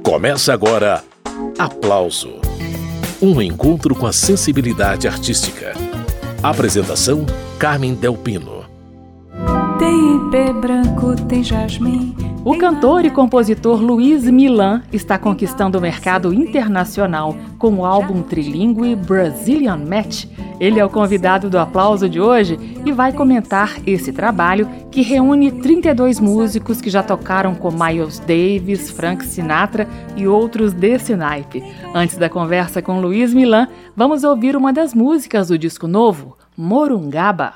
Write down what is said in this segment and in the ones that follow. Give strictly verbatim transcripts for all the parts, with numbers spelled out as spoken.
Começa agora Aplauso, um encontro com a sensibilidade artística. Apresentação, Carmen Del Pino. Tem ipê branco, tem jasmim. O cantor e compositor Luiz Milan está conquistando o mercado internacional com o álbum trilingue Brazilian Match. Ele é o convidado do Aplauso de hoje e vai comentar esse trabalho que reúne trinta e dois músicos que já tocaram com Miles Davis, Frank Sinatra e outros desse naipe. Antes da conversa com Luiz Milan, vamos ouvir uma das músicas do disco novo, Morungaba.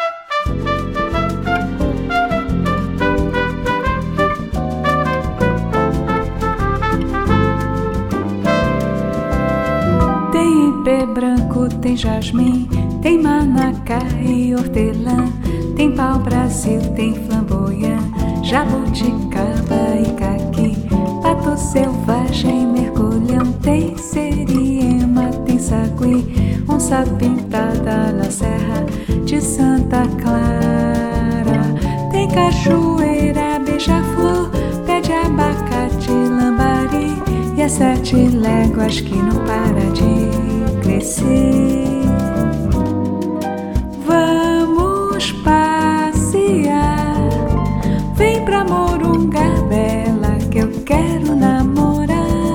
Tem ipê branco, tem jasmim, tem manacá e hortelã, tem pau-brasil, tem flamboyant, jabuticaba e caqui, pato selvagem, mergulhão, tem seriema, tem sagui, onça pintada na serra de Santa Clara, tem cachoeira, beija-flor, pé de abacate, lambari e as sete léguas que não para de crescer. Vamos passear, vem pra Morungabela que eu quero namorar.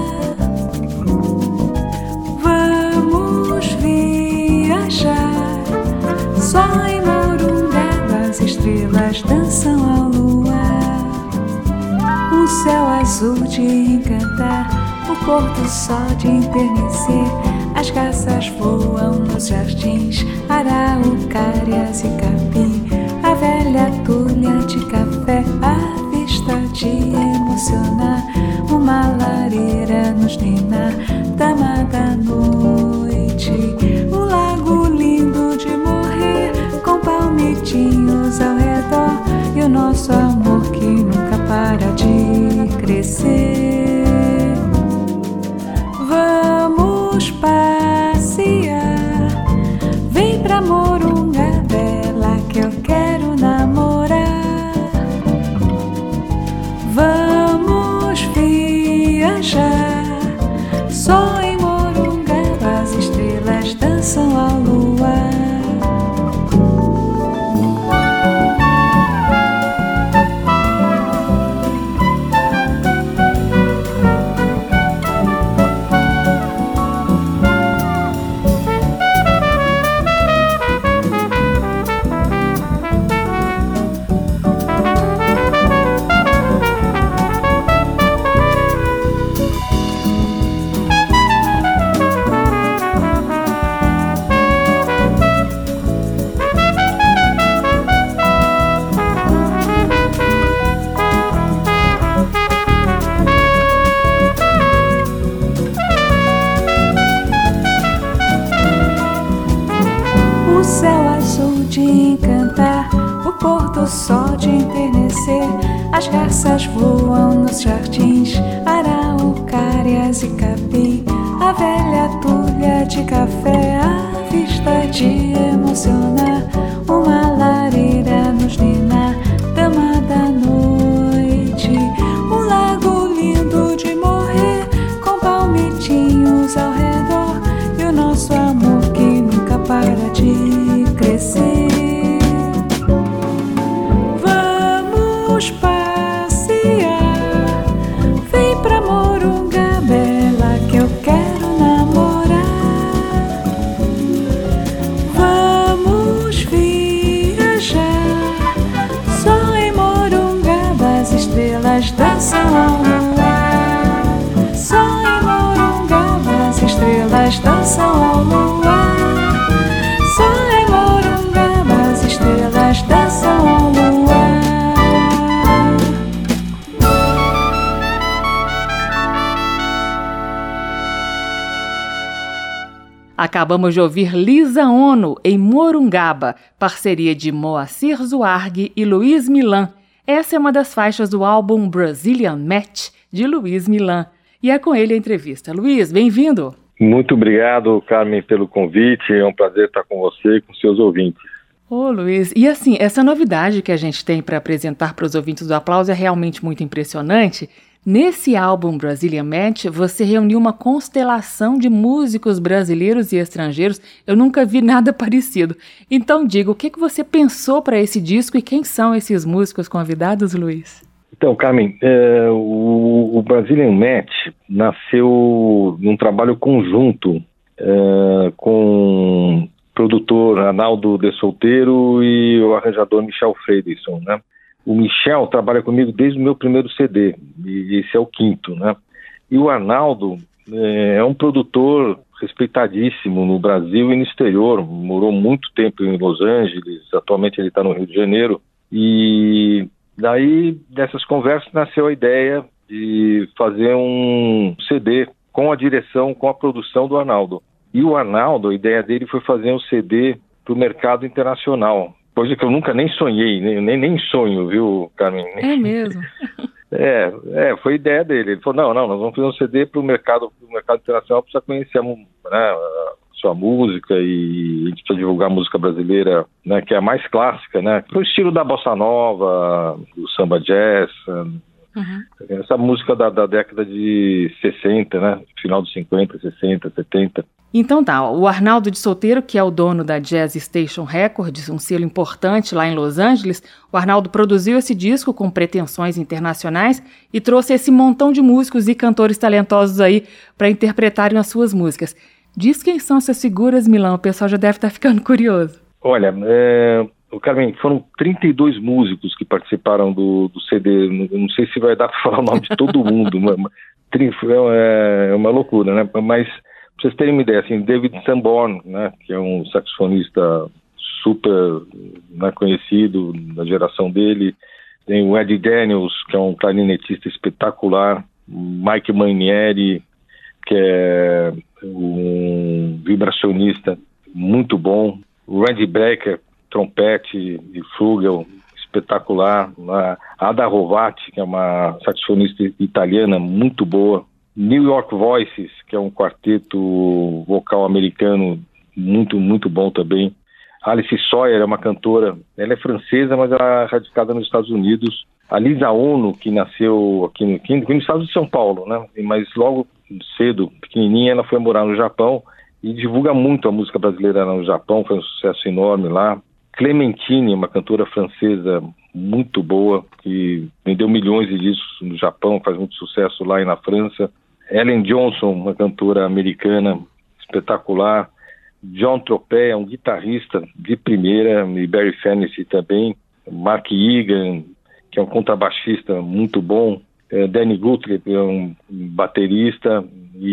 Vamos viajar, só em Morungaba as estrelas dançam ao luar. Um céu azul de encantar, o pôr do sol de enternecer, as garças voam nos jardins, araucárias e capim, a velha tulha de café, a vista de emocionar, uma lareira nos ninar, dama da noite, um lago lindo de morrer, com palmitinhos ao redor, e o nosso amor que nunca para de crescer. Vamos passear, vem pra Morungabela que eu quero namorar. Vamos viajar, só em Morungaba as estrelas dançam ao luar. Sol de enternecer, as garças voam nos jardins, araucárias e capim, a velha tulha de café, a vista de emocionar, uma lareira nos ninar, dama da noite, um lago lindo de morrer, com palmitinhos ao redor, e o nosso amor que nunca para de crescer. Vamos passear, vem pra Morungabela que eu quero namorar. Vamos viajar, só em Morungaba as estrelas dançam ao luar. Só em Morungaba as estrelas dançam ao luar. Só em Morungaba as estrelas dançam ao luar. Acabamos de ouvir Lisa Ono, em Morungaba, parceria de Moacir Zuargue e Luiz Milan. Essa é uma das faixas do álbum Brazilian Match, de Luiz Milan. E é com ele a entrevista. Luiz, bem-vindo! Muito obrigado, Carmen, pelo convite. É um prazer estar com você e com seus ouvintes. Ô, Luiz, e assim, essa novidade que a gente tem para apresentar para os ouvintes do Aplauso é realmente muito impressionante. Nesse álbum Brazilian Match, você reuniu uma constelação de músicos brasileiros e estrangeiros. Eu nunca vi nada parecido. Então diga, o que, que você pensou para esse disco e quem são esses músicos convidados, Luiz? Então, Carmen, é, o, o Brazilian Match nasceu num trabalho conjunto é, com o produtor Arnaldo de Solteiro e o arranjador Michel Fredrickson, né? O Michel trabalha comigo desde o meu primeiro C D, e esse é o quinto, né? E o Arnaldo é, é um produtor respeitadíssimo no Brasil e no exterior, morou muito tempo em Los Angeles, atualmente ele está no Rio de Janeiro, e daí dessas conversas nasceu a ideia de fazer um C D com a direção, com a produção do Arnaldo. E o Arnaldo, a ideia dele foi fazer um C D para o mercado internacional. Coisa que eu nunca nem sonhei, nem, nem sonho, viu, Carmen? É mesmo? É, é, foi ideia dele. Ele falou, não, não, nós vamos fazer um C D para o mercado, pro mercado internacional, precisa conhecer a, né, a sua música e a gente precisa divulgar a música brasileira, né, que é a mais clássica, né? O estilo da bossa nova, do samba jazz, uhum. Essa música da, da década de sessenta, né? Final dos cinquenta, sessenta, setenta. Então tá, o Arnaldo de Solteiro, que é o dono da Jazz Station Records, um selo importante lá em Los Angeles, o Arnaldo produziu esse disco com pretensões internacionais e trouxe esse montão de músicos e cantores talentosos aí para interpretarem as suas músicas. Diz quem são essas figuras, Milão, o pessoal já deve estar ficando curioso. Olha, é, Carmen, foram trinta e dois músicos que participaram do, do C D, não, não sei se vai dar para falar o nome de todo mundo, mas, é, é uma loucura, né? Mas pra vocês terem uma ideia, assim, David Sanborn, né, que é um saxofonista super, né, conhecido da geração dele, tem o Eddie Daniels, que é um clarinetista espetacular, Mike Manieri, que é um vibracionista muito bom, o Randy Brecker, trompete e flugel, espetacular, a Ada Rovati, que é uma saxofonista italiana muito boa, New York Voices, que é um quarteto vocal americano muito, muito bom também. Alice Sawyer é uma cantora, ela é francesa, mas ela é radicada nos Estados Unidos. A Lisa Ono, que nasceu aqui no, aqui no estado de São Paulo, né? Mas logo cedo, pequenininha, ela foi morar no Japão e divulga muito a música brasileira no Japão, foi um sucesso enorme lá. Clementine, uma cantora francesa muito boa, que vendeu milhões de discos no Japão, faz muito sucesso lá e na França. Ellen Johnson, uma cantora americana espetacular. John Tropé é um guitarrista de primeira, e Barry Fennessy também. Mark Egan, que é um contrabaixista muito bom. É, Danny Guthrie, é um baterista.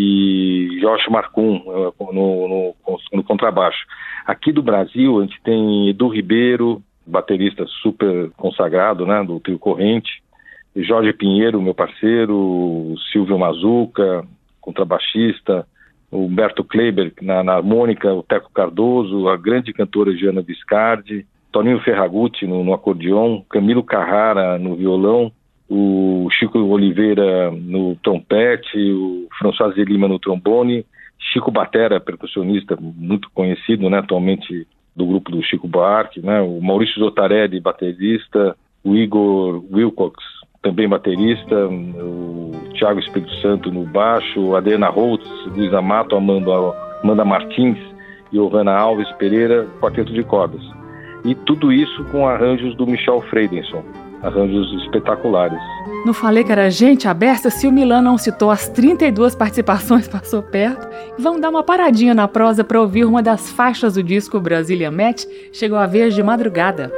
E Josh Marcum no, no, no contrabaixo. Aqui do Brasil, a gente tem Edu Ribeiro, baterista super consagrado, né, do Trio Corrente. Jorge Pinheiro, meu parceiro, Silvio Mazuca, contrabaixista, o Humberto Kleiber na, na harmônica, o Teco Cardoso, a grande cantora Giana Viscardi, Toninho Ferragutti no, no acordeon, Camilo Carrara no violão, o Chico Oliveira no trompete, o François de Lima no trombone, Chico Batera, percussionista muito conhecido, né, atualmente do grupo do Chico Buarque, né, o Maurício Zotarelli, baterista, o Igor Wilcox, também baterista, o Thiago Espírito Santo no baixo, a Adriana Holtz, Luiz Amato, Amanda, Amanda Martins e Giovanna Alves Pereira, quarteto de cordas. E tudo isso com arranjos do Michel Fredrickson, arranjos espetaculares. Não falei que era gente aberta? Se o Milan não citou as trinta e duas participações, passou perto. E vamos dar uma paradinha na prosa para ouvir uma das faixas do disco Brazilian Match. Chegou a vez de Madrugada.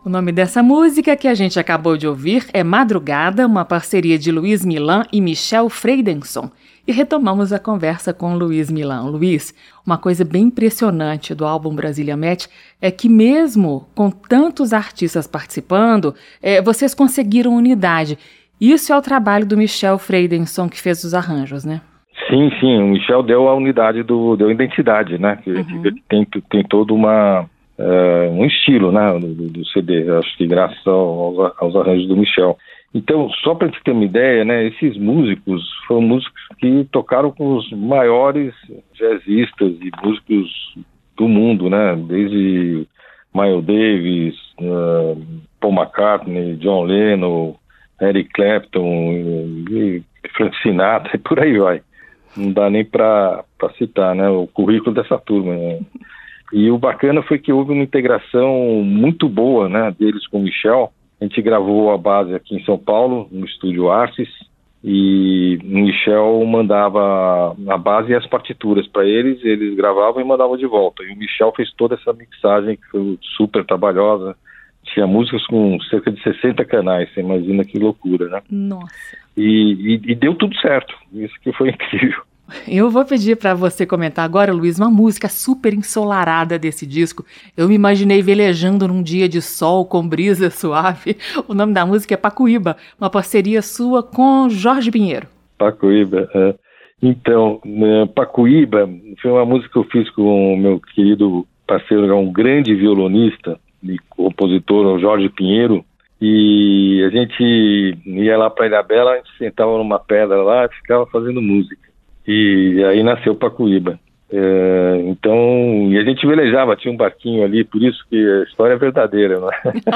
O nome dessa música que a gente acabou de ouvir é Madrugada, uma parceria de Luiz Milan e Michel Freidenson. E retomamos a conversa com Luiz Milan. Luiz, uma coisa bem impressionante do álbum Brasília Match é que mesmo com tantos artistas participando, é, vocês conseguiram unidade. Isso é o trabalho do Michel Freidenson que fez os arranjos, né? Sim, sim, o Michel deu a unidade, do, deu a identidade, né? Que, Uhum. que tem, tem todo uma, uh, um estilo, né, do, do C D, acho que graças aos, aos arranjos do Michel. Então, só para te ter uma ideia, né, esses músicos foram músicos que tocaram com os maiores jazzistas e músicos do mundo, né? Desde Miles Davis, uh, Paul McCartney, John Lennon, Eric Clapton, e Frank Sinatra, e por aí vai. Não dá nem para citar, né, o currículo dessa turma, né? E o bacana foi que houve uma integração muito boa, né, deles com o Michel. A gente gravou a base aqui em São Paulo, no estúdio Arces, e o Michel mandava a base e as partituras para eles, eles gravavam e mandavam de volta. E o Michel fez toda essa mixagem, que foi super trabalhosa. Tinha músicas com cerca de sessenta canais, você imagina que loucura, né? Nossa. E, e, e deu tudo certo, isso que foi incrível. Eu vou pedir para você comentar agora, Luiz, uma música super ensolarada desse disco. Eu me imaginei velejando num dia de sol com brisa suave. O nome da música é Pacuíba, uma parceria sua com Jorge Pinheiro. Pacuíba, é. Então, né, Pacuíba foi uma música que eu fiz com o meu querido parceiro, um grande violonista e compositor, o Jorge Pinheiro. E a gente ia lá para Ilhabela, a gente sentava numa pedra lá e ficava fazendo música. E aí nasceu Pacuíba. É, então, e a gente velejava, tinha um barquinho ali, por isso que a história é verdadeira, né?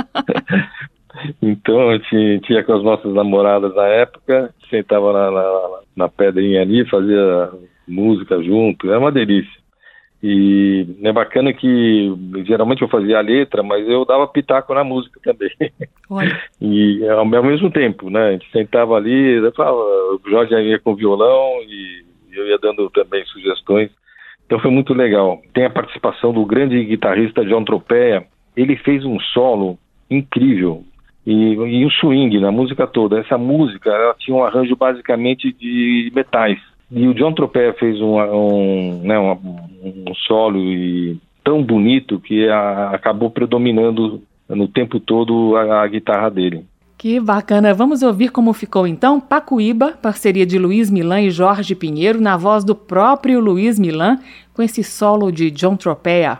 Então, a gente ia com as nossas namoradas na época, sentava na, na, na pedrinha ali, fazia música junto, era uma delícia. E é bacana que geralmente eu fazia a letra, mas eu dava pitaco na música também. Olha. E ao mesmo tempo, né? A gente sentava ali, eu falava, o Jorge ia com violão e eu ia dando também sugestões. Então foi muito legal. Tem a participação do grande guitarrista John Tropea. Ele fez um solo incrível. E, e o swing na música toda. Essa música, ela tinha um arranjo basicamente de metais. E o John Tropea fez um, um, né, um, um solo e tão bonito que a, acabou predominando no tempo todo a, a guitarra dele. Que bacana. Vamos ouvir como ficou então Pacuíba, parceria de Luiz Milan e Jorge Pinheiro, na voz do próprio Luiz Milan, com esse solo de John Tropea.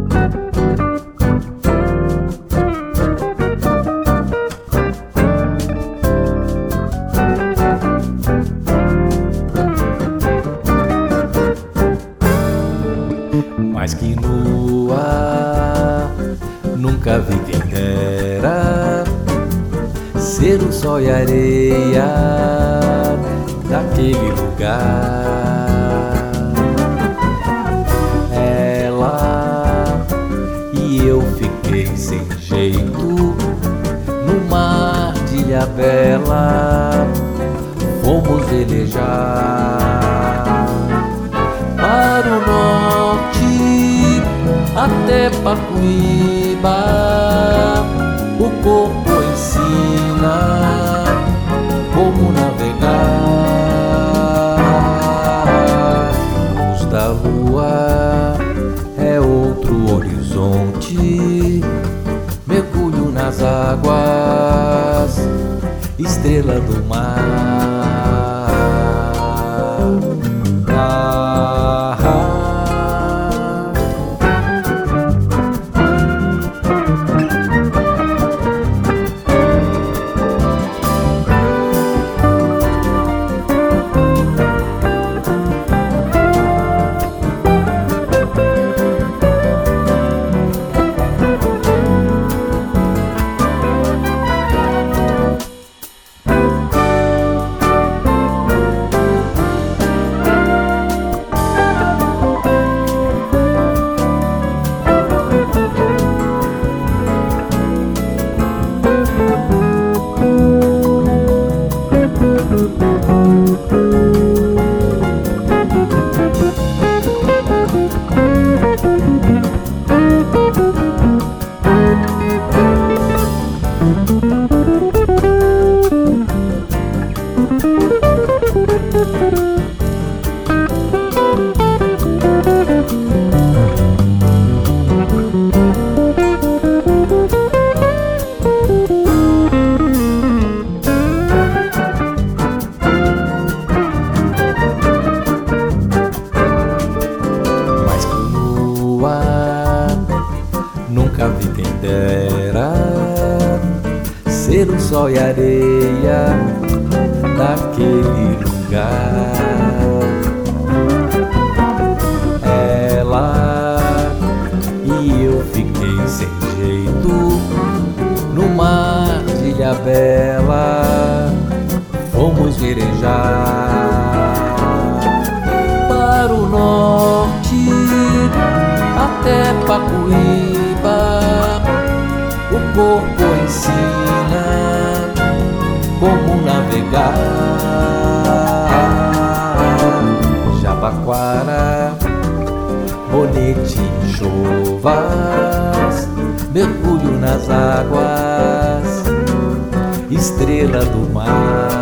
Mais que nua, nunca vi quem dera ser o sol e areia daquele lugar. Ela e eu fiquei sem jeito no mar de Ilhabela, fomos velejar para o norte até Pacuíba. O corpo ensina como navegar. Luz da lua é outro horizonte. Mergulho nas águas, estrela do mar. Ah, ah. nunca vi quem dera ser o sol e areia daquele lugar. Ela e eu fiquei sem jeito no mar de Ilhabela. Fomos velejar para o norte até Pacuíba. O corpo ensina como navegar. Jabaquara, bonete em chovas, mergulho nas águas, estrela do mar.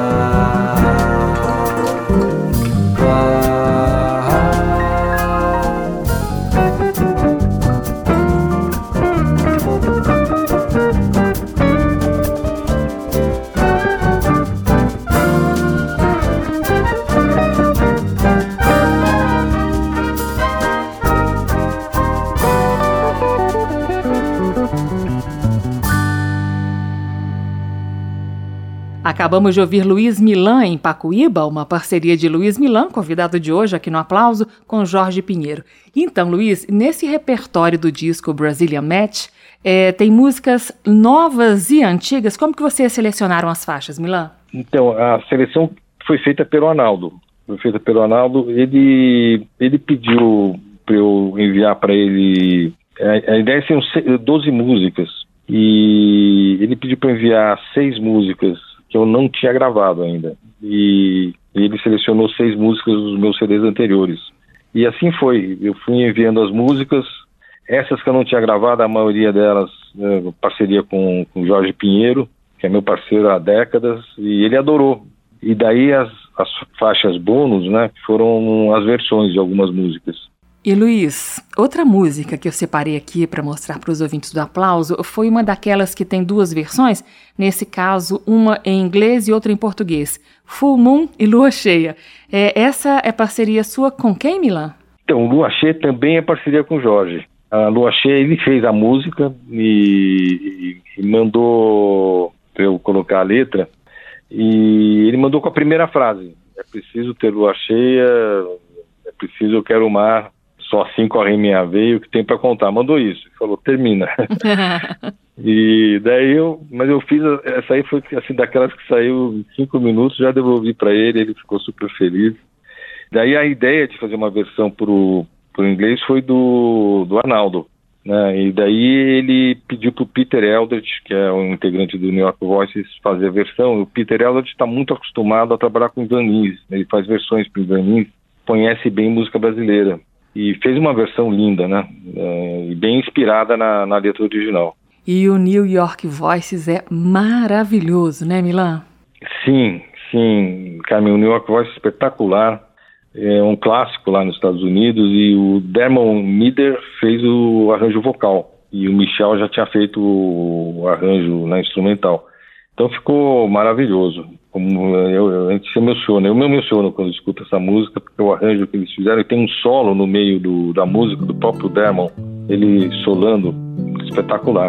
Acabamos de ouvir Luiz Milan em Pacuíba, uma parceria de Luiz Milan, convidado de hoje aqui no Aplauso, com Jorge Pinheiro. Então, Luiz, nesse repertório do disco Brazilian Match, é, tem músicas novas e antigas. Como que vocês selecionaram as faixas, Milan? Então, a seleção foi feita pelo Arnaldo. Foi feita pelo Arnaldo. Ele, ele pediu para eu enviar para ele... A, a ideia são doze músicas. E ele pediu para eu enviar seis músicas que eu não tinha gravado ainda, e ele selecionou seis músicas dos meus C Ds anteriores, e assim foi. Eu fui enviando as músicas, essas que eu não tinha gravado, a maioria delas, né, parceria com o Jorge Pinheiro, que é meu parceiro há décadas, e ele adorou. E daí as, as faixas bônus, né, foram as versões de algumas músicas. E Luiz, outra música que eu separei aqui para mostrar para os ouvintes do Aplauso foi uma daquelas que tem duas versões, nesse caso uma em inglês e outra em português, Full Moon e Lua Cheia. É, essa é parceria sua com quem, Milan? Então, Lua Cheia também é parceria com o Jorge. A Lua Cheia, ele fez a música e, e, e mandou para eu colocar a letra, e ele mandou com a primeira frase: é preciso ter lua cheia, é preciso, eu quero o mar, só assim corre em minha veia, o que tem pra contar. Mandou isso, falou, termina. E daí eu, mas eu fiz, essa aí foi assim, daquelas que saiu em cinco minutos, já devolvi pra ele, ele ficou super feliz. Daí a ideia de fazer uma versão pro, pro inglês foi do, do Arnaldo, né? E daí ele pediu pro Peter Eldredge, que é um integrante do New York Voices, fazer a versão. O Peter Eldredge está muito acostumado a trabalhar com Ivanins, ele faz versões pro Ivanins, conhece bem música brasileira. E fez uma versão linda, né? É, e bem inspirada na, na letra original. E o New York Voices é maravilhoso, né, Milan? Sim, sim. Carmen, o New York Voices é espetacular. É um clássico lá nos Estados Unidos. E o Dermot Mider fez o arranjo vocal. E o Michel já tinha feito o arranjo na instrumental. Então ficou maravilhoso. Como eu, eu, a gente se emociona. Eu me emociono quando escuto essa música, porque o arranjo que eles fizeram, tem um solo no meio do, da música, do próprio Dermot, ele solando, espetacular.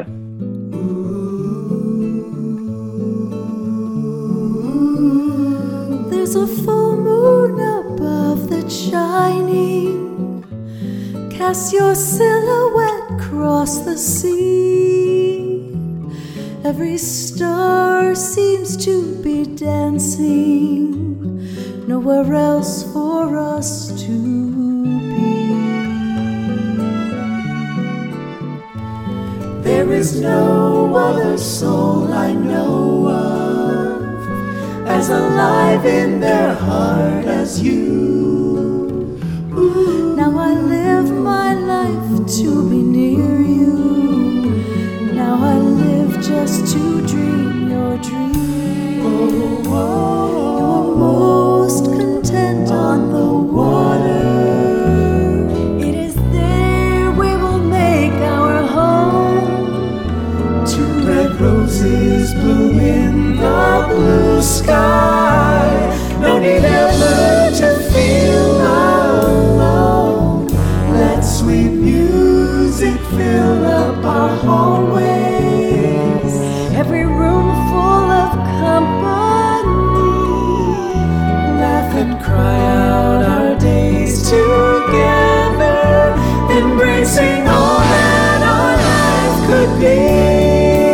There's a full moon above that's shining, cast your silhouette across the sea. Every star seems to be dancing, nowhere else for us to be. There is no other soul I know of as alive in their heart as you. Now I live my life to be near you. Now I live just to dream your dream. Oh, oh, you are most content on the water. It is there we will make our home. Two red roses bloom in the blue sky. No need ever to feel alone. Let sweet music fill up our hearts. could be.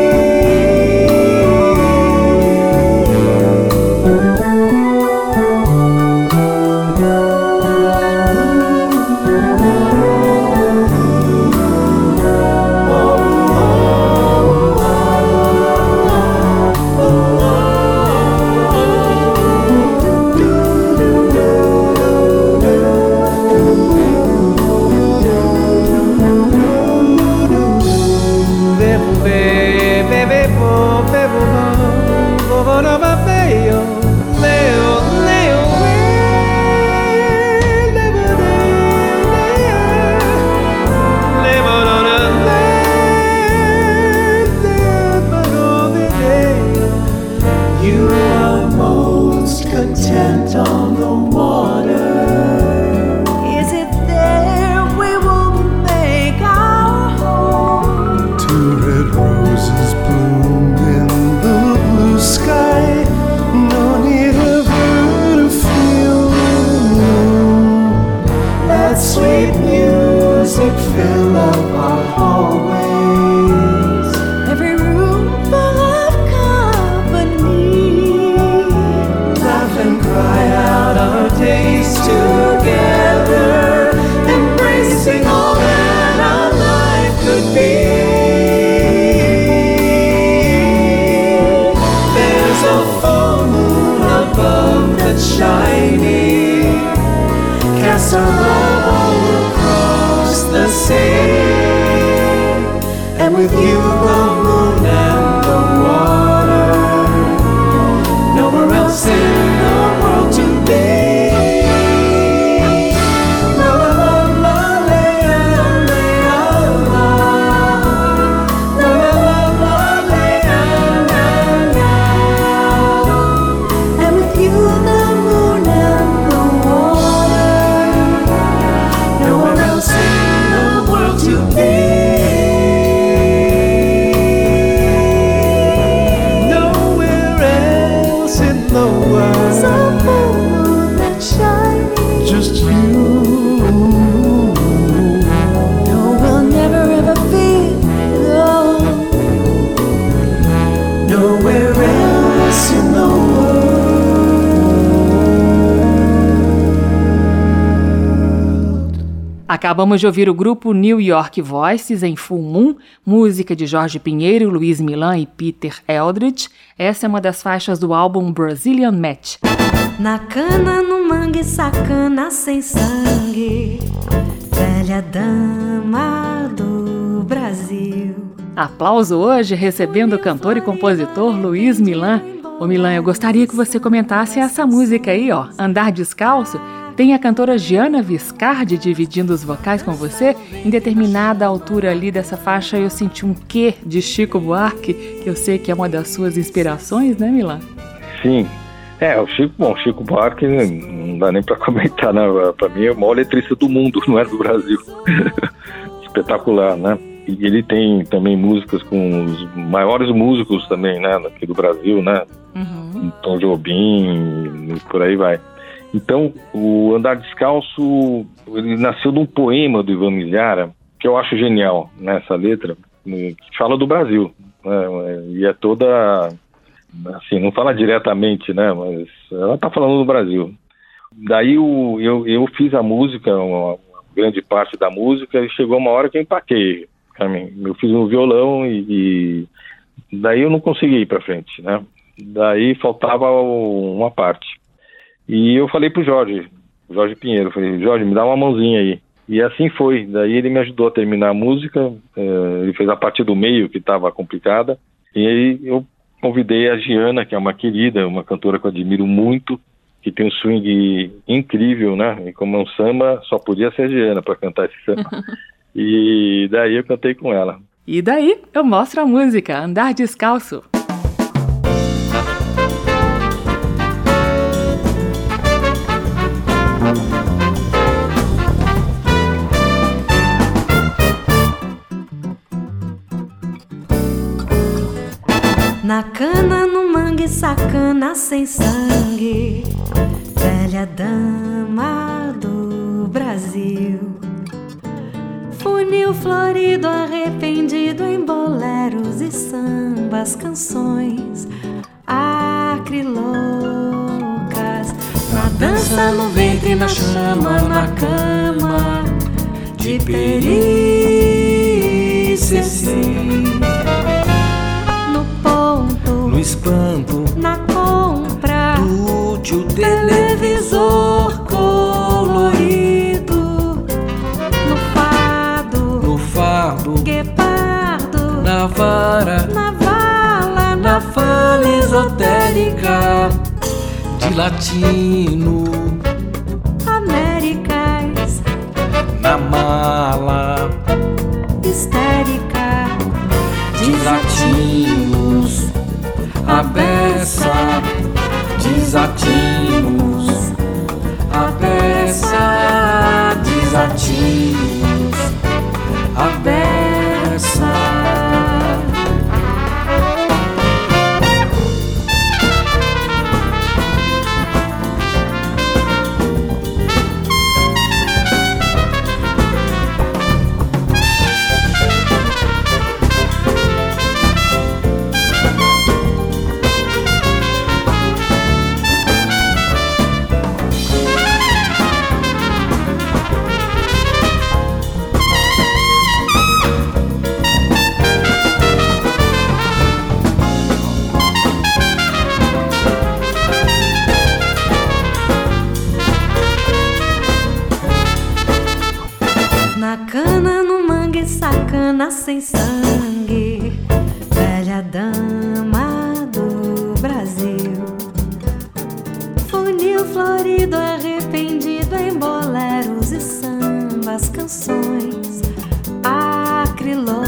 Acabamos de ouvir o grupo New York Voices em Full Moon, música de Jorge Pinheiro, Luiz Milan e Peter Eldridge. Essa é uma das faixas do álbum Brazilian Match. Na cana, no mangue, sacana sem sangue, velha dama do Brasil. Aplauso hoje recebendo o cantor e compositor Luiz Milan. Ô Milan, eu gostaria que você comentasse essa música aí, ó, Andar Descalço. Tem a cantora Gianna Viscardi dividindo os vocais com você. Em determinada altura ali dessa faixa eu senti um quê de Chico Buarque, que eu sei que é uma das suas inspirações, né, Milan? Sim. É, o Chico, bom, Chico Buarque não dá nem pra comentar, né? Pra mim é o maior letrista do mundo, não é do Brasil. Espetacular, né? E ele tem também músicas com os maiores músicos também, né? Aqui do Brasil, né? Uhum. Tom Jobim, por aí vai. Então, o Andar Descalço, ele nasceu de um poema do Ivan Milhara, que eu acho genial, nessa letra, que fala do Brasil, né? E é toda, assim, não fala diretamente, né? Mas ela está falando do Brasil. Daí o, eu, eu fiz a música, uma, uma grande parte da música, e chegou uma hora que eu empaquei. Eu fiz um violão e, e daí eu não consegui ir para frente, né? Daí faltava uma parte. E eu falei pro Jorge, Jorge Pinheiro, falei, Jorge, me dá uma mãozinha aí. E assim foi, daí ele me ajudou a terminar a música, eh, ele fez a parte do meio que estava complicada, e aí eu convidei a Gianna, que é uma querida, uma cantora que eu admiro muito, que tem um swing incrível, né? E como é um samba, só podia ser a Gianna para cantar esse samba. E daí eu cantei com ela. E daí eu mostro a música, Andar Descalço. Na cana, no mangue, sacana sem sangue, velha dama do Brasil. Funil florido, arrependido, embolado sambas, canções acriloucas. Na dança, no ventre, na chama, na cama de perícia, sim. No ponto, no espanto, na compra do útil televisor colorido. No fado, no fardo, guepardo, na vara, na vala, na fala esotérica de latino, Américas, na mala histérica de latinos, a beça desatinos, a beça desatinos, a beça. Sem sangue, velha dama do Brasil. Funil florido, arrependido em boleros e sambas, canções acriloucas.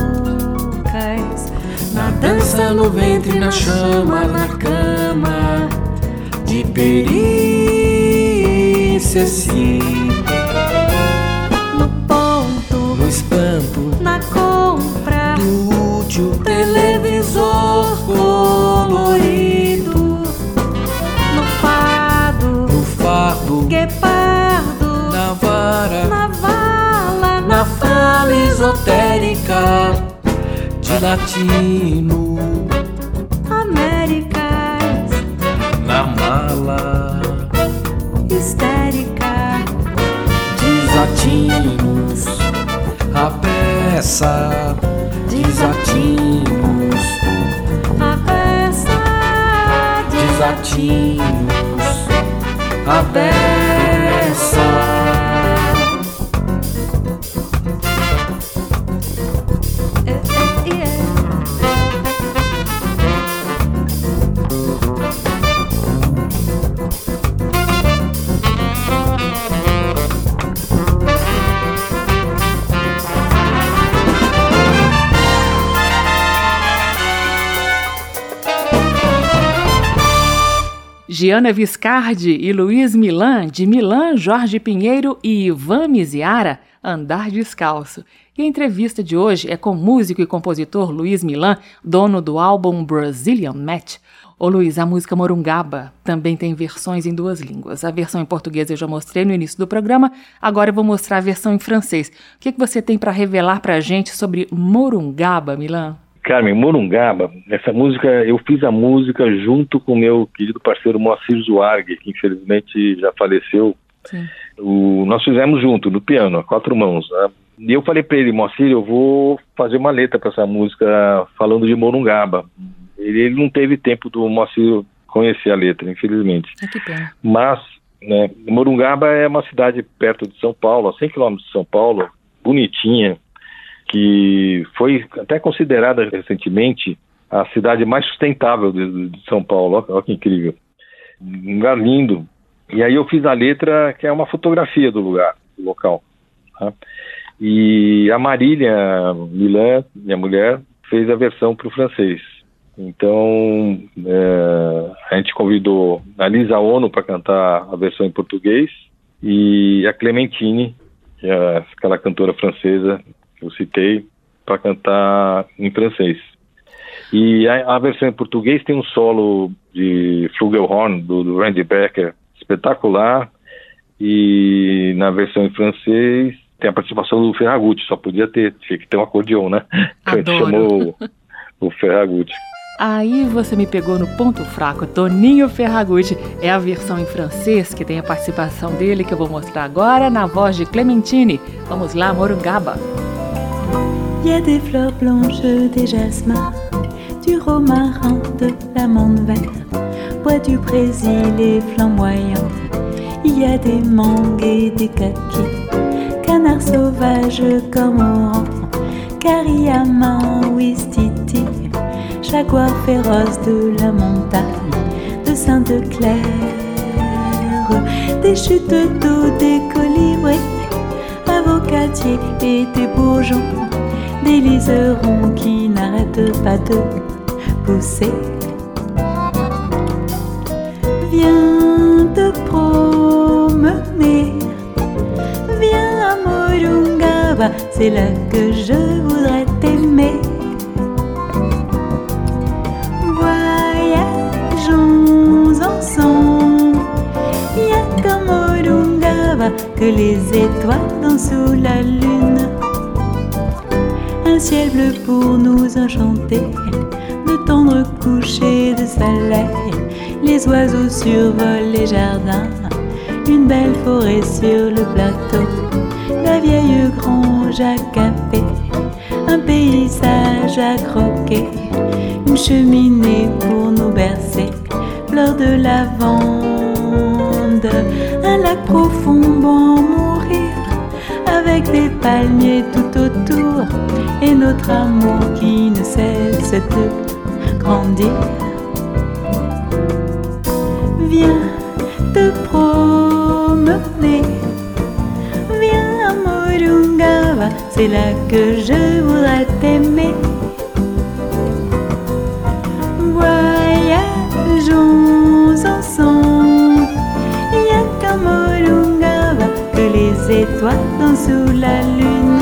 Na dança, no ventre, na chama, na cama de perícia, sim. No ponto, no espanto, na compra do útil televisor colorido. No fado, no fardo, guepardo, na vara, na vala, na fala esotérica de latino, Américas, na mala histérica desatinos, a peça desatinos, a peça desatinos, a beça. É, é, é. Giana Viscardi e Luiz Milan, de Milan, Jorge Pinheiro e Ivan Miziara, Andar Descalço. E a entrevista de hoje é com o músico e compositor Luiz Milan, dono do álbum Brazilian Match. Ô Luiz, a música Morungaba também tem versões em duas línguas. A versão em português eu já mostrei no início do programa, agora eu vou mostrar a versão em francês. O que, que você tem para revelar para a gente sobre Morungaba, Milan? Carmen, Morungaba, essa música, eu fiz a música junto com o meu querido parceiro Moacir Zuargue, que infelizmente já faleceu. Sim. O, nós fizemos junto, no piano, a quatro mãos, né? E eu falei para ele, Moacir, eu vou fazer uma letra para essa música falando de Morungaba. Ele, ele não teve tempo do Moacir conhecer a letra, infelizmente. É que pena. Mas, né, Morungaba é uma cidade perto de São Paulo, a cem quilômetros de São Paulo, bonitinha, que foi até considerada recentemente a cidade mais sustentável de, de São Paulo. Olha, olha que incrível. Um lugar lindo. E aí eu fiz a letra, que é uma fotografia do lugar, do local. Tá? E a Marília Milan, minha mulher, fez a versão para o francês. Então, é, a gente convidou a Lisa Ono para cantar a versão em português e a Clementine, que é aquela cantora francesa que eu citei, para cantar em francês. E a, a versão em português tem um solo de Flugelhorn, do, do Randy Becker, espetacular, e na versão em francês tem a participação do Ferragutti, só podia ter, tinha que ter um acordeon, né? Então a gente chamou o, o Ferragutti. Aí você me pegou no ponto fraco. Toninho Ferragutti é a versão em francês, que tem a participação dele, que eu vou mostrar agora, na voz de Clementine. Vamos lá, Morungaba. Il y a des fleurs blanches, des jasmins, du romarin, de l'amande vert, bois du Brésil et flamboyant. Il y a des mangues et des kakis, canards sauvages cormorans, carillama, ouistiti, jaguar féroce de la montagne, de Sainte-Claire, des chutes d'eau, des colibrés, avocatiers et des bourgeons, des liserons qui n'arrêtent pas de pousser. Viens te promener, viens à Morungaba, c'est là que je voudrais t'aimer. Voyageons ensemble, y'a qu'à Morungaba que les étoiles dansent sous la lune. Un ciel bleu pour nous enchanter, de tendres couchers de soleil. Les oiseaux survolent les jardins, une belle forêt sur le plateau, la vieille grange à café, un paysage à croquer, une cheminée pour nous bercer, fleurs de lavande, un lac profond bon à mourir, avec des palmiers tout autour, et notre amour qui ne cesse de grandir. Viens te promener, viens à Morungaba, c'est là que je voudrais t'aimer. Voyageons ensemble, y'a qu'à Morungaba que les étoiles dansent sous la lune.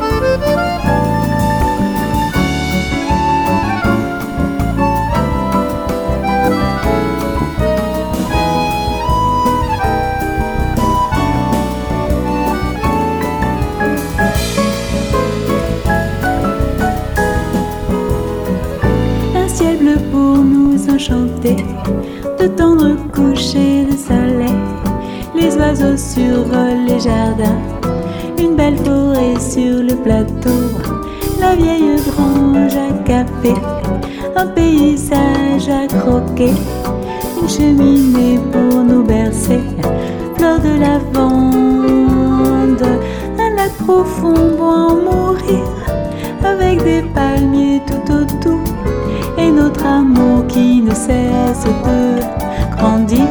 Chanter de tendres couchers de soleil, les oiseaux survolent les jardins, une belle forêt sur le plateau, la vieille grange à café, un paysage à croquer, une cheminée pour nous bercer, fleurs de lavande, un lac profond bon à mourir, avec des palmiers tout autour, et notre amour qui ne cesse de grandir.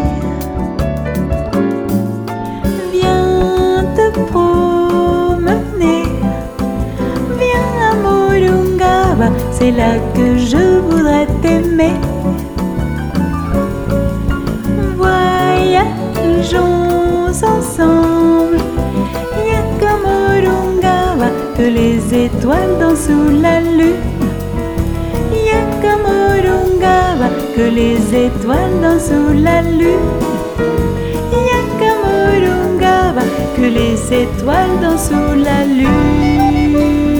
Viens te promener, viens à Morungaba, c'est là que je voudrais t'aimer. Voyageons ensemble, y'a qu'à Morungaba que les étoiles dansent sous la lune. Que les étoiles dansent sous la lune. Y'a qu'à Morungaba que les étoiles dansent sous la lune.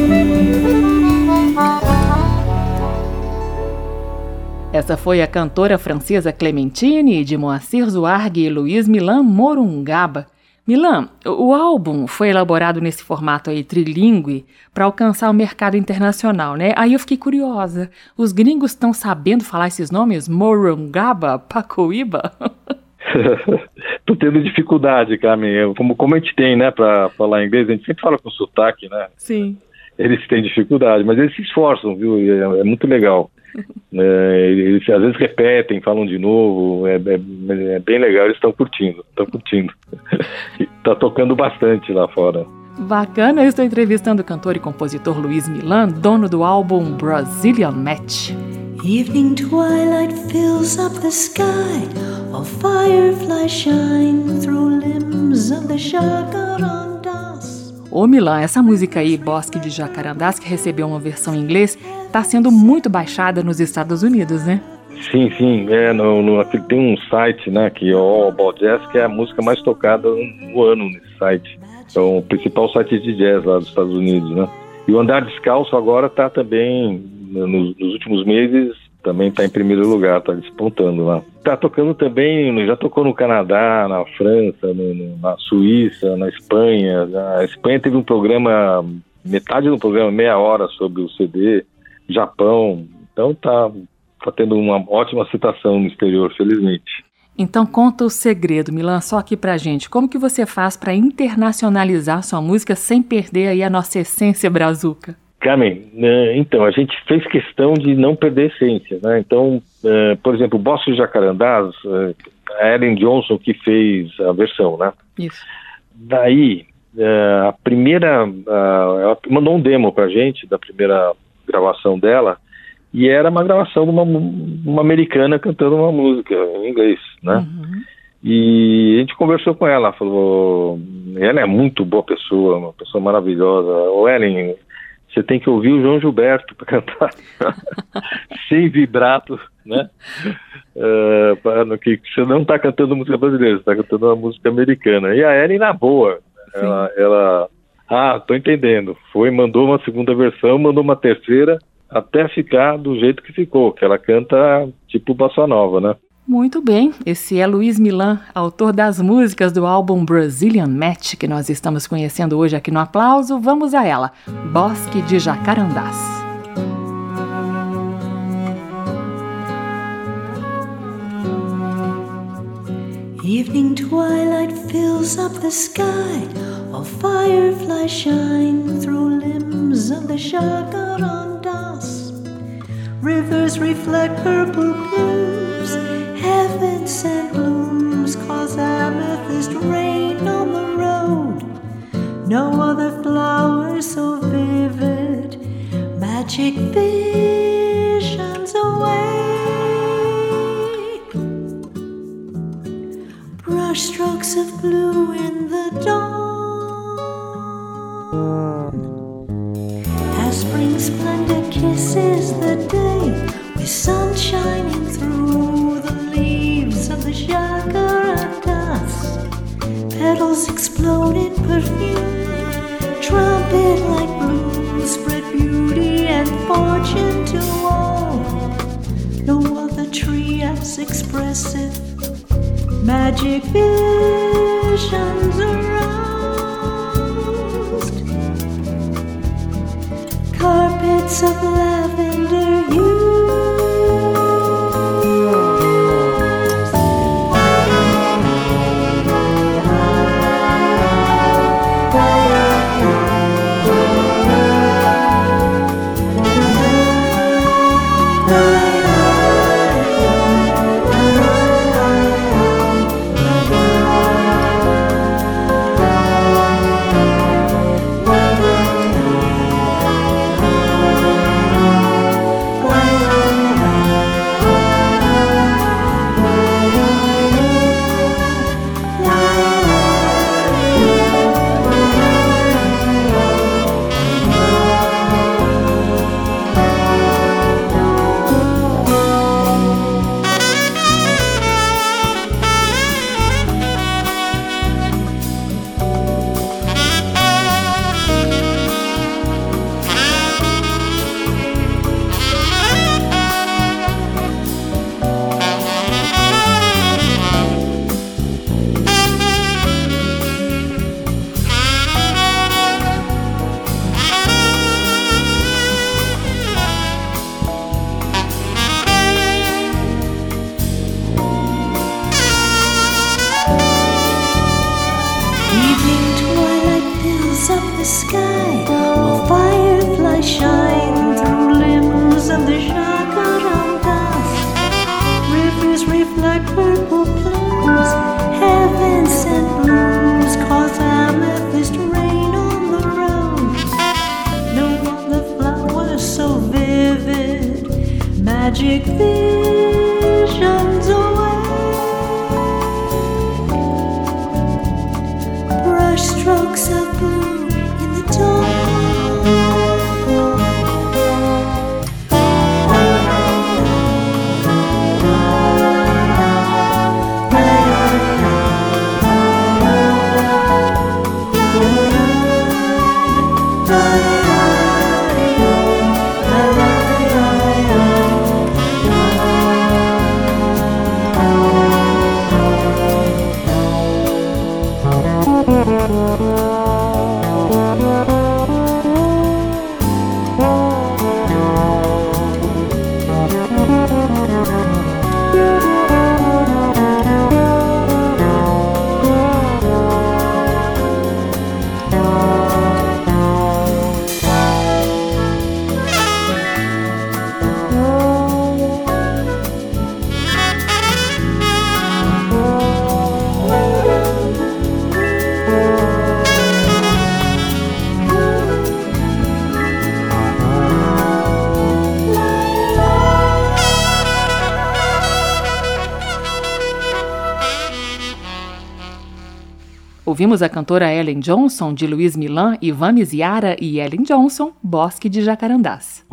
Essa foi a cantora francesa Clementine, de Moacir Zuargue e Luiz Milan, Morungaba. Milan, o álbum foi elaborado nesse formato aí trilingue para alcançar o mercado internacional, né? Aí eu fiquei curiosa. Os gringos estão sabendo falar esses nomes? Morungaba, Pacoíba? Tô tendo dificuldade, Carmen. Como, como a gente tem, né, para falar inglês, a gente sempre fala com sotaque, né? Sim. Eles têm dificuldade, mas eles se esforçam, viu? É, é muito legal. É, eles às vezes repetem, falam de novo, é, é, é bem legal, eles estão curtindo, estão curtindo. Está tocando bastante lá fora. Bacana, eu estou entrevistando o cantor e compositor Luiz Milan, dono do álbum Brazilian Match. Evening twilight fills up the sky, while fireflies shine through limbs of the jacarandas. Ô Milan, essa música aí, Bosque de Jacarandás, que recebeu uma versão em inglês, está sendo muito baixada nos Estados Unidos, né? Sim, sim. É, no, no, tem um site, né, que é o All About Jazz, que é a música mais tocada no ano nesse site. É o principal site de jazz lá dos Estados Unidos, né? E o Andar Descalço agora está também, nos, nos últimos meses, também está em primeiro lugar, está despontando lá. Está tocando também, já tocou no Canadá, na França, no, no, na Suíça, na Espanha. A Espanha teve um programa, metade do programa, meia hora sobre o C D, Japão. Então está tá tendo uma ótima aceitação no exterior, felizmente. Então conta o segredo, Milan, só aqui pra gente. Como que você faz para internacionalizar sua música sem perder aí a nossa essência brazuca? Carmen, então, a gente fez questão de não perder a essência, né? Então, uh, por exemplo, o Bosque de Jacarandás, uh, a Ellen Johnson que fez a versão, né? Isso. Daí, uh, a primeira, uh, ela mandou um demo pra gente, da primeira gravação dela, e era uma gravação de uma, uma americana cantando uma música em inglês, né? Uhum. E a gente conversou com ela, falou, ela é muito boa pessoa, uma pessoa maravilhosa. Ô Ellen, você tem que ouvir o João Gilberto para cantar sem vibrato, né? Uh, para que você não está cantando música brasileira, você está cantando uma música americana. E a Ellen, na boa, ela, ela, ah, tô entendendo. Foi, mandou uma segunda versão, mandou uma terceira, até ficar do jeito que ficou, que ela canta tipo bossa nova, né? Muito bem, esse é Luiz Milan, autor das músicas do álbum Brazilian Match, que nós estamos conhecendo hoje aqui no Aplauso. Vamos a ela, Bosque de Jacarandás. Evening twilight fills up the sky, while fireflies shine through limbs of the jacarandas. Rivers reflect purple blooms, heaven sent blooms cause amethyst rain on the road. No other flower so vivid, magic visions awake. Brush strokes of blue in the dawn, as spring splendor kisses the day, with sun shining through the leaves of the jacarandas. Petals explode in perfume, trumpet like blooms spread beauty and fortune to all. No other tree as expressive, magic visions aroused. Carpets of lavender hue, magic visions awake. Brush strokes of blue in the dawn. Ouvimos a cantora Ellen Johnson, de Luiz Milan, Ivan Miziara e Ellen Johnson, Bosque de Jacarandás.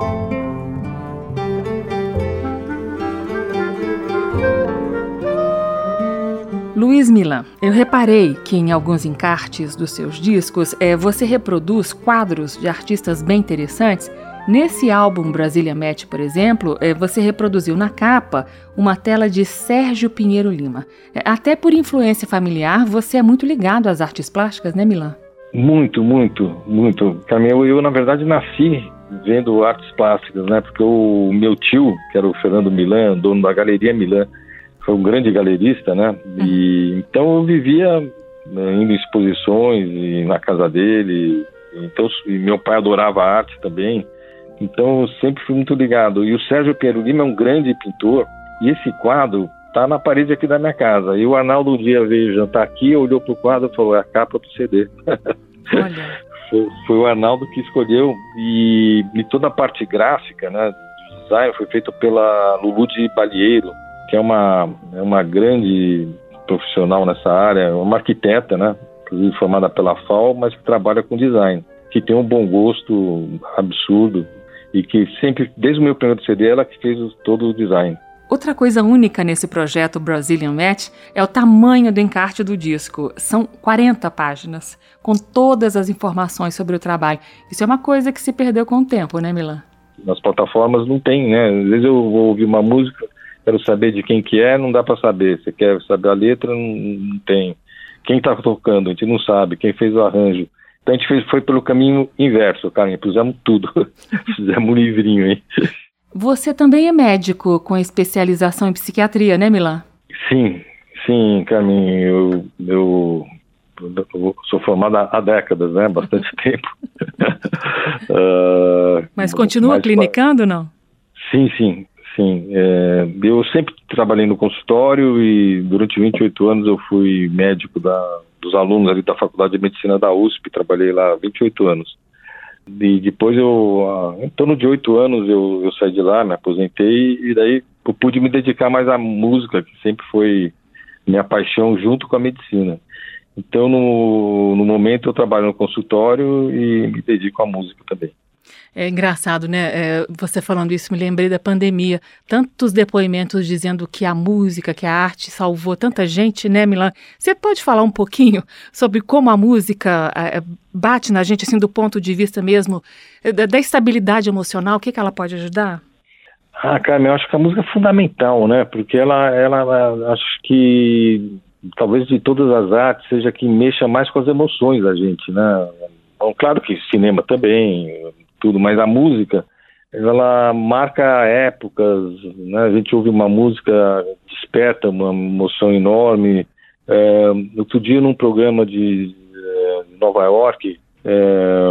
Luiz Milan, eu reparei que em alguns encartes dos seus discos é, você reproduz quadros de artistas bem interessantes. Nesse álbum Brasília Match, por exemplo, é, você reproduziu na capa uma tela de Sérgio Pinheiro Lima. É, até por influência familiar, você é muito ligado às artes plásticas, né, Milan? Muito, muito, muito. Eu, eu, na verdade, nasci vendo artes plásticas, né? Porque o meu tio, que era o Fernando Milan, dono da Galeria Milan, foi um grande galerista, né? E, então eu vivia, né, indo em exposições e na casa dele. Então, e meu pai adorava arte também. Então eu sempre fui muito ligado. E o Sérgio Pinheiro Lima é um grande pintor. E esse quadro está na parede aqui da minha casa. E o Arnaldo um dia veio jantar aqui, olhou para o quadro e falou: é a capa do C D. Olha. foi, foi o Arnaldo que escolheu. E, e toda a parte gráfica, né, do design foi feita pela Lulu de Balieiro, que é uma, é uma grande profissional nessa área, uma arquiteta, né, inclusive formada pela F A O, mas que trabalha com design, que tem um bom gosto absurdo e que sempre, desde o meu primeiro C D, ela que fez todo o design. Outra coisa única nesse projeto Brazilian Match é o tamanho do encarte do disco. São quarenta páginas, com todas as informações sobre o trabalho. Isso é uma coisa que se perdeu com o tempo, né, Milan? Nas plataformas não tem, né? Às vezes eu vou ouvir uma música, quero saber de quem que é, não dá para saber. Você quer saber a letra, não, não tem. Quem está tocando, a gente não sabe. Quem fez o arranjo. Então a gente fez, foi pelo caminho inverso, Carmen. Pusemos tudo. Fizemos um livrinho aí. Você também é médico com especialização em psiquiatria, né, Milan? Sim, sim, Carmen. Eu, eu, eu sou formado há décadas, né? Bastante tempo. uh, mas continua mas, clinicando, não? Sim, sim. Sim, é, eu sempre trabalhei no consultório e durante vinte e oito anos eu fui médico da, dos alunos ali da Faculdade de Medicina da U S P, trabalhei lá vinte e oito anos. E depois eu, em torno de oito anos eu, eu saí de lá, me aposentei e daí eu pude me dedicar mais à música, que sempre foi minha paixão junto com a medicina. Então no, no momento eu trabalho no consultório e me dedico à música também. É engraçado, né? É, você falando isso, me lembrei da pandemia. Tantos depoimentos dizendo que a música, que a arte salvou tanta gente, né, Milan? Você pode falar um pouquinho sobre como a música é, bate na gente, assim, do ponto de vista mesmo da, da estabilidade emocional? O que, que ela pode ajudar? Ah, Carmen, eu acho que a música é fundamental, né? Porque ela, ela, ela acho que talvez de todas as artes seja que mexa mais com as emoções da gente, né? Bom, claro que cinema também, tudo, mas a música, ela marca épocas, né? A gente ouve uma música, desperta uma emoção enorme. É, outro dia, num programa de, de Nova York, é,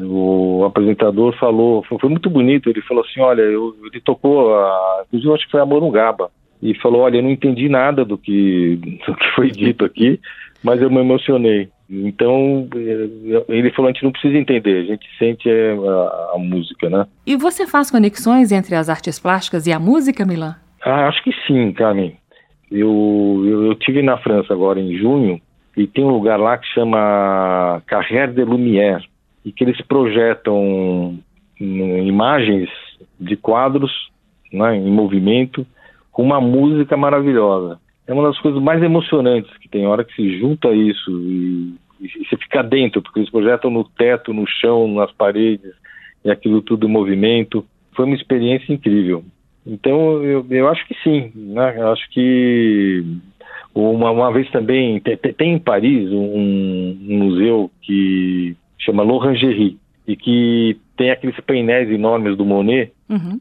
o apresentador falou, foi, foi muito bonito, ele falou assim, olha, eu, ele tocou, a, inclusive eu acho que foi a Morungaba, e falou, olha, eu não entendi nada do que, do que foi dito aqui, mas eu me emocionei. Então, ele falou, a gente não precisa entender, a gente sente a, a música, né? E você faz conexões entre as artes plásticas e a música, Milan? Ah, acho que sim, Carmen. Eu, eu, eu tive na França agora em junho, e tem um lugar lá que chama Carrère de Lumière, e que eles projetam imagens de quadros, né, em movimento, com uma música maravilhosa. É uma das coisas mais emocionantes que tem, a hora que se junta isso e, e você fica dentro, porque eles projetam no teto, no chão, nas paredes, e aquilo tudo em movimento. Foi uma experiência incrível. Então, eu, eu acho que sim, né? Eu acho que uma, uma vez também, tem, tem em Paris um, um museu que chama L'Orangerie, e que tem aqueles painéis enormes do Monet, uhum.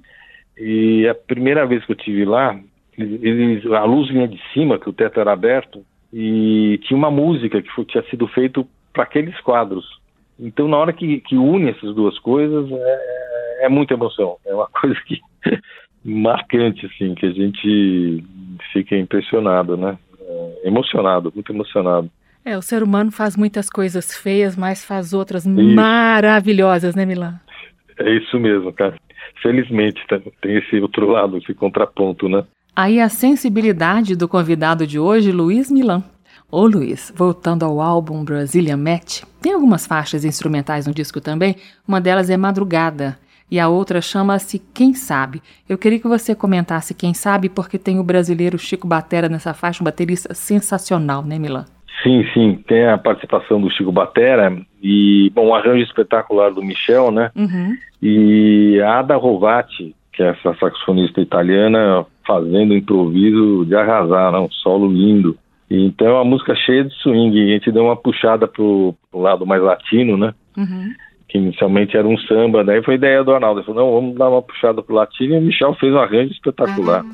E a primeira vez que eu estive lá, eles, a luz vinha de cima, que o teto era aberto, e tinha uma música que foi, tinha sido feita para aqueles quadros. Então, na hora que, que une essas duas coisas, é, é muita emoção. É uma coisa que marcante, assim, que a gente fica impressionado, né? É, emocionado, muito emocionado. É, o ser humano faz muitas coisas feias, mas faz outras isso. maravilhosas, né, Milan? É isso mesmo, cara. Felizmente tem esse outro lado, esse contraponto, né? Aí a sensibilidade do convidado de hoje, Luiz Milan. Ô Luiz, voltando ao álbum Brazilian Match, tem algumas faixas instrumentais no disco também, uma delas é Madrugada e a outra chama-se Quem Sabe. Eu queria que você comentasse Quem Sabe, porque tem o brasileiro Chico Batera nessa faixa, um baterista sensacional, né, Milan? Sim, sim, tem a participação do Chico Batera e, bom, um arranjo espetacular do Michel, né? Uhum. E a Ada Rovati, que é essa saxofonista italiana, fazendo improviso de arrasar, né? Um solo lindo. E, então é uma música cheia de swing, e a gente deu uma puxada pro, pro lado mais latino, né? Uhum. Que inicialmente era um samba, daí foi ideia do Arnaldo, ele falou, não, vamos dar uma puxada pro latino, e o Michel fez um arranjo espetacular.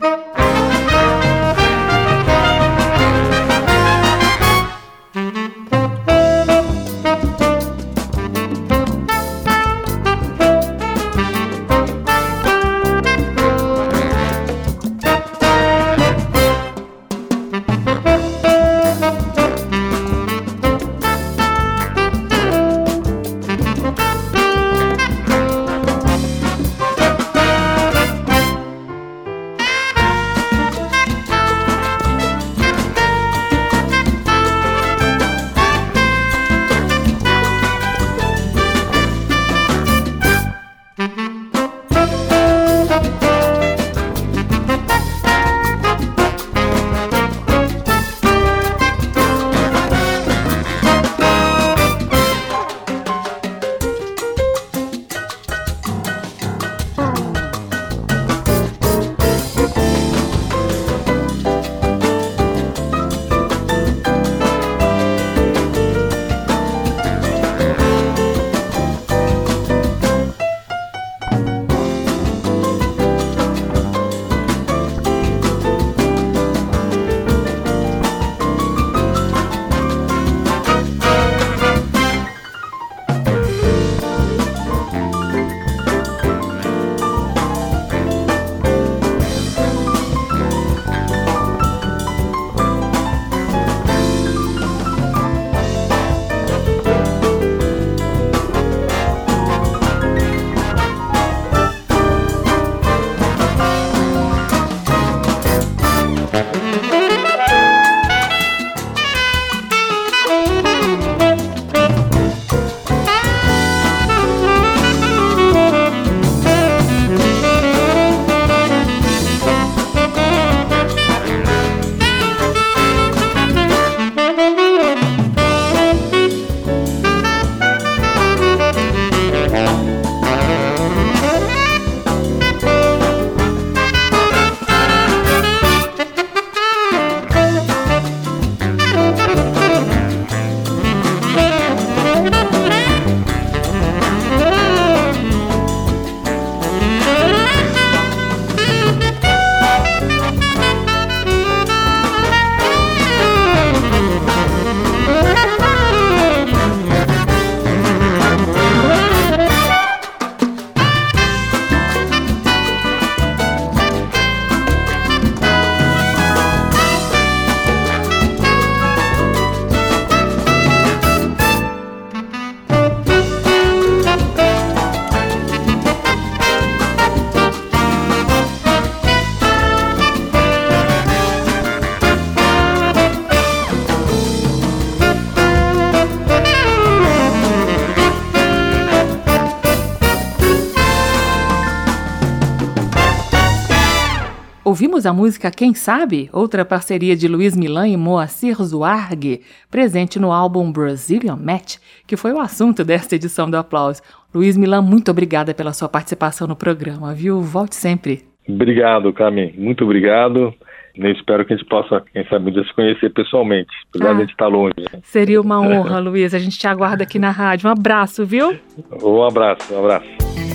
Ouvimos a música Quem Sabe, outra parceria de Luiz Milan e Moacir Zuargue, presente no álbum Brazilian Match, que foi o assunto desta edição do Aplauso. Luiz Milan, muito obrigada pela sua participação no programa, viu? Volte sempre. Obrigado, Carmen. Muito obrigado. Eu espero que a gente possa, quem sabe, se conhecer pessoalmente, apesar ah, de a gente estar longe. Né? Seria uma honra, Luiz. A gente te aguarda aqui na rádio. Um abraço, viu? Um abraço, um abraço.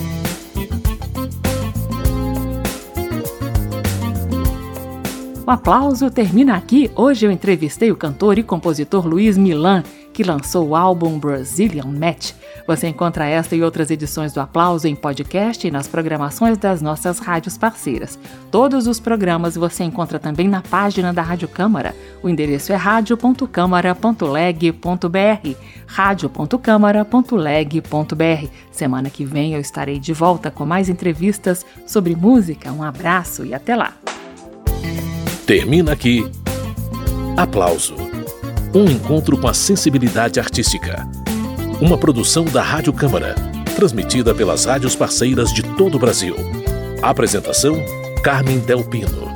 O Aplauso termina aqui. Hoje eu entrevistei o cantor e compositor Luiz Milan, que lançou o álbum Brazilian Match. Você encontra esta e outras edições do Aplauso em podcast e nas programações das nossas rádios parceiras. Todos os programas você encontra também na página da Rádio Câmara. O endereço é rádio ponto câmara ponto leg ponto br, rádio ponto câmara ponto leg ponto br. Semana que vem eu estarei de volta com mais entrevistas sobre música. Um abraço e até lá! Termina aqui Aplauso, Um encontro com a sensibilidade artística. Uma produção da Rádio Câmara, transmitida pelas rádios parceiras de todo o Brasil. Apresentação: Carmen Del Pino.